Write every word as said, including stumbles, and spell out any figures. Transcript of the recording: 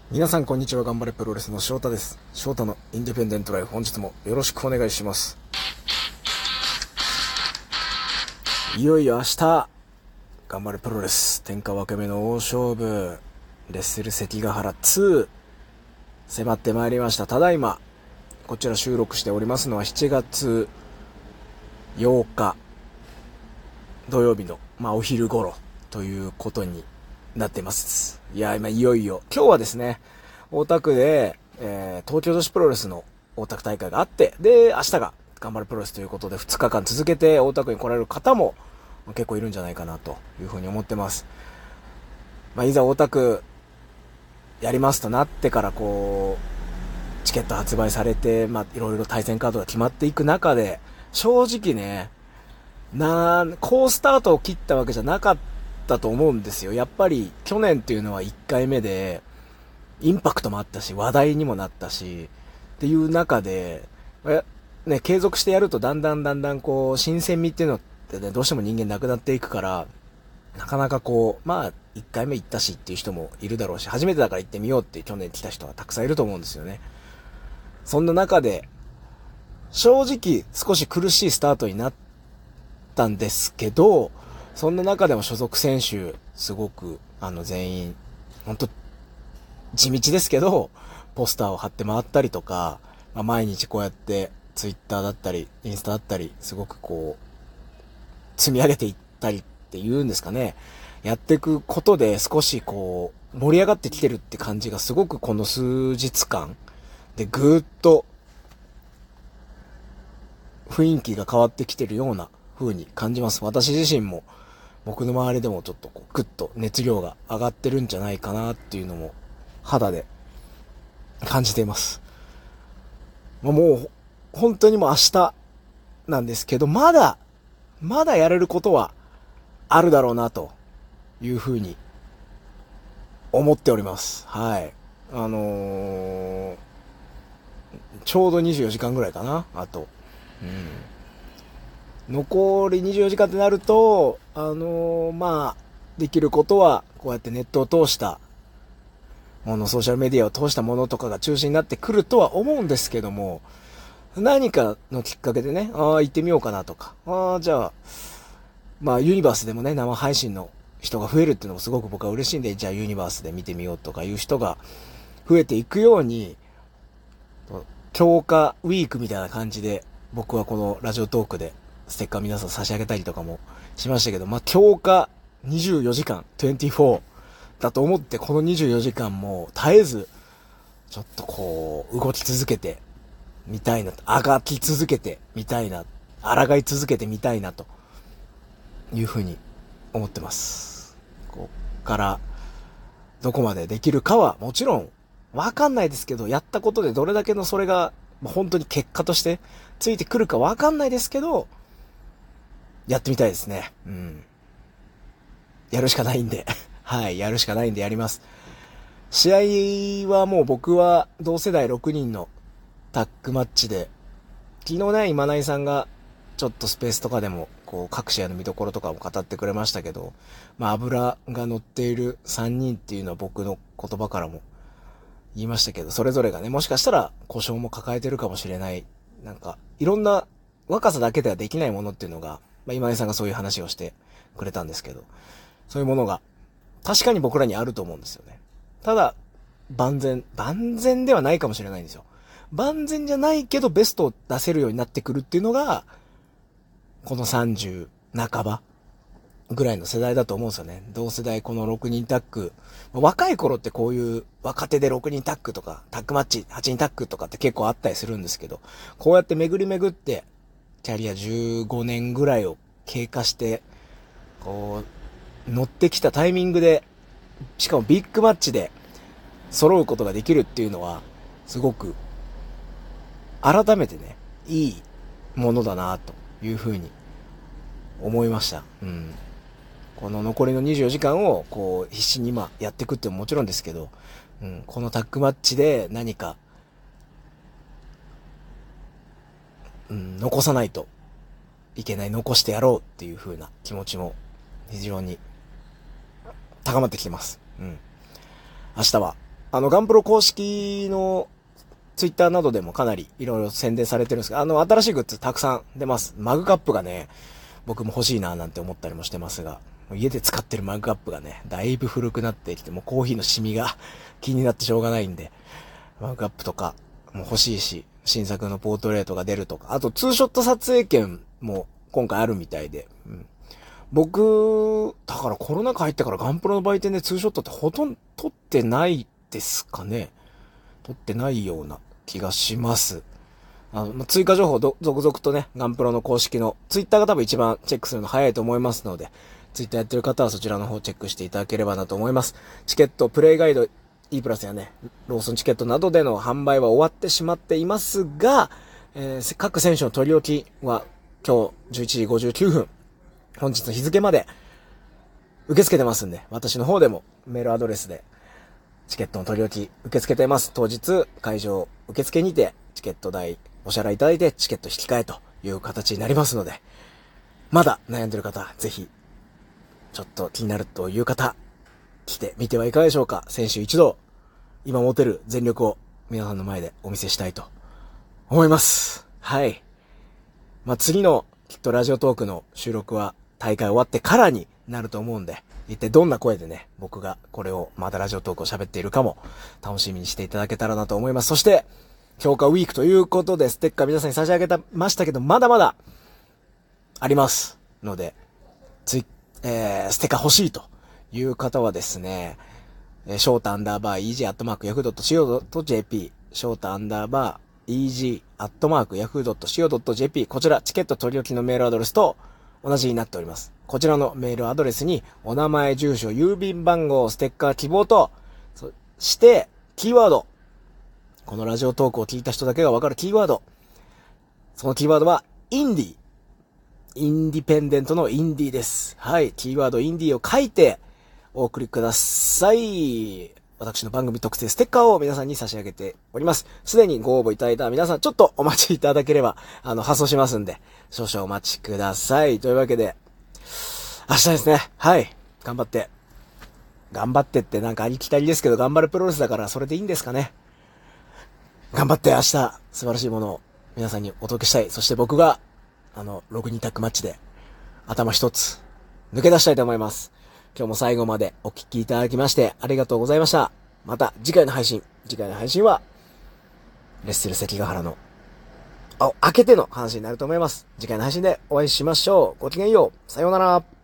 皆さんこんにちは。頑張れプロレスの翔太です。翔太のインディペンデントライフ、本日もよろしくお願いします。いよいよ明日、頑張れプロレス天下分け目の大勝負レッスル関ヶ原に迫ってまいりました。ただいまこちら収録しておりますのはしちがつようか土曜日の、まあ、お昼頃ということになってます。いや、今いよいよ今日はですね、大田区で、えー、東京女子プロレスの大田区大会があって、で明日が頑張れプロレスということでふつかかん続けて大田区に来られる方も結構いるんじゃないかなというふうに思ってます。まあ、いざ大田区やりますとなってからこうチケット発売されて、まあ、いろいろ対戦カードが決まっていく中で、正直ね、なー好スタートを切ったわけじゃなかったと思うんですよ。やっぱり去年っていうのはいっかいめでインパクトもあったし話題にもなったしっていう中で、えね、継続してやるとだんだんだんだんこう新鮮味っていうのってね、どうしても人間なくなっていくから、なかなかこうまあいっかいめ行ったしっていう人もいるだろうし、初めてだから行ってみようって去年来た人はたくさんいると思うんですよね。そんな中で正直少し苦しいスタートになったんですけど、そんな中でも所属選手すごくあの全員本当地道ですけどポスターを貼って回ったりとか、まあ、毎日こうやってツイッターだったりインスタだったりすごくこう積み上げていったりっていうんですかね、やっていくことで少しこう盛り上がってきてるって感じがすごくこの数日間でぐーっと雰囲気が変わってきてるような風に感じます。私自身も僕の周りでもちょっとこうグッと熱量が上がってるんじゃないかなっていうのも肌で感じています。もう本当にもう明日なんですけど、まだまだやれることはあるだろうなという風に思っております。はい。あのー、ちょうどにじゅうよじかんぐらいかな、あと。うん。残りにじゅうよじかんってなると、あのー、まあ、できることは、こうやってネットを通したもの、ソーシャルメディアを通したものとかが中心になってくるとは思うんですけども、何かのきっかけでね、ああ、行ってみようかなとか、ああ、じゃあ、まあ、ユニバースでもね、生配信の人が増えるっていうのもすごく僕は嬉しいんで、じゃあユニバースで見てみようとかいう人が増えていくように、強化ウィークみたいな感じで、僕はこのラジオトークでステッカー皆さん差し上げたりとかもしましたけど、まあ、強化にじゅうよじかん、にじゅうよんだと思って、このにじゅうよじかんも絶えず、ちょっとこう、動き続けてみたいな、あがき続けてみたいな、抗い続けてみたいなというふうに思ってます。こっからどこまでできるかはもちろんわかんないですけど、やったことでどれだけのそれが本当に結果としてついてくるかわかんないですけど、やってみたいですね。うん。やるしかないんではい、やるしかないんでやります。試合はもう僕は同世代ろくにんのタッグマッチで、昨日ね、今内さんがちょっとスペースとかでもこう各試合の見どころとかも語ってくれましたけど、まあ油が乗っているさんにんっていうのは僕の言葉からも言いましたけど、それぞれがね、もしかしたら故障も抱えてるかもしれない、なんかいろんな若さだけではできないものっていうのが、まあ、今井さんがそういう話をしてくれたんですけど、そういうものが確かに僕らにあると思うんですよね。ただ万全万全ではないかもしれないんですよ。万全じゃないけどベストを出せるようになってくるっていうのがこのさんじゅう半ばぐらいの世代だと思うんですよね。同世代このろくにんタッグ。若い頃ってこういう若手でろくにんタッグとか、タッグマッチはちにんタッグとかって結構あったりするんですけど、こうやって巡り巡って、キャリアじゅうごねんぐらいを経過して、こう、乗ってきたタイミングで、しかもビッグマッチで揃うことができるっていうのは、すごく、改めてね、いいものだなというふうに思いました。うん。この残りのにじゅうよじかんをこう必死に今やっていくってももちろんですけど、うん、このタッグマッチで何か、うん、残さないといけない、残してやろうっていう風な気持ちも非常に高まってきてます。うん。明日はあの、ガンプロ公式のツイッターなどでもかなりいろいろ宣伝されてるんですが、あの、新しいグッズたくさん出ます。マグカップがね、僕も欲しいななんて思ったりもしてますが、家で使ってるマグカップがね、だいぶ古くなってきて、もうコーヒーのシミが気になってしょうがないんで、マグカップとかも欲しいし、新作のポートレートが出るとか、あとツーショット撮影券も今回あるみたいで、うん、僕、だからコロナ禍入ってからガンプロの売店でツーショットってほとんど撮ってないですかね。撮ってないような気がします。あの、追加情報ど、続々とね、ガンプロの公式の、ツイッターが多分一番チェックするの早いと思いますので、ツイッターやってる方はそちらの方チェックしていただければなと思います。チケット、プレイガイド、E プラスやね、ローソンチケットなどでの販売は終わってしまっていますが、えー、各選手の取り置きは今日じゅういちじごじゅうきゅうふん、本日の日付まで受け付けてますんで、私の方でもメールアドレスでチケットの取り置き受け付けてます。当日会場受付にてチケット代お支払いいただいてチケット引き換えという形になりますので、まだ悩んでる方、ぜひちょっと気になるという方、来てみてはいかがでしょうか。先週一度今持てる全力を皆さんの前でお見せしたいと思います。はい。まあ、次のきっとラジオトークの収録は大会終わってからになると思うんで、一体どんな声でね、僕がこれをまだラジオトークを喋っているかも楽しみにしていただけたらなと思います。そして評価ウィークということでステッカー皆さんに差し上げたましたけど、まだまだありますので、つい、えー、ステッカー欲しいという方はですね、ショータアンダーバー イージー アットマーク ヤフー ドット シーオー ドット ジェーピー ショータアンダーバー イージー アットマーク ヤフー ドット シーオー ドット ジェーピー こちらチケット取り置きのメールアドレスと同じになっております。こちらのメールアドレスにお名前、住所、郵便番号、ステッカー希望と、そしてキーワード、このラジオトークを聞いた人だけがわかるキーワード、そのキーワードはインディ、インディペンデントのインディです。はい、キーワードインディを書いてお送りください。私の番組特製ステッカーを皆さんに差し上げております。すでにご応募いただいた皆さん、ちょっとお待ちいただければ、あの、発送しますんで、少々お待ちください。というわけで、明日ですね。はい。頑張って。頑張ってってなんかありきたりですけど、頑張るプロレスだからそれでいいんですかね。頑張って明日、素晴らしいものを皆さんにお届けしたい。そして僕が、あの、ろくにタッグマッチで、頭一つ、抜け出したいと思います。今日も最後までお聞きいただきましてありがとうございました。また次回の配信、次回の配信は、レッスル関ヶ原の、あ、開けての話になると思います。次回の配信でお会いしましょう。ごきげんよう。さようなら。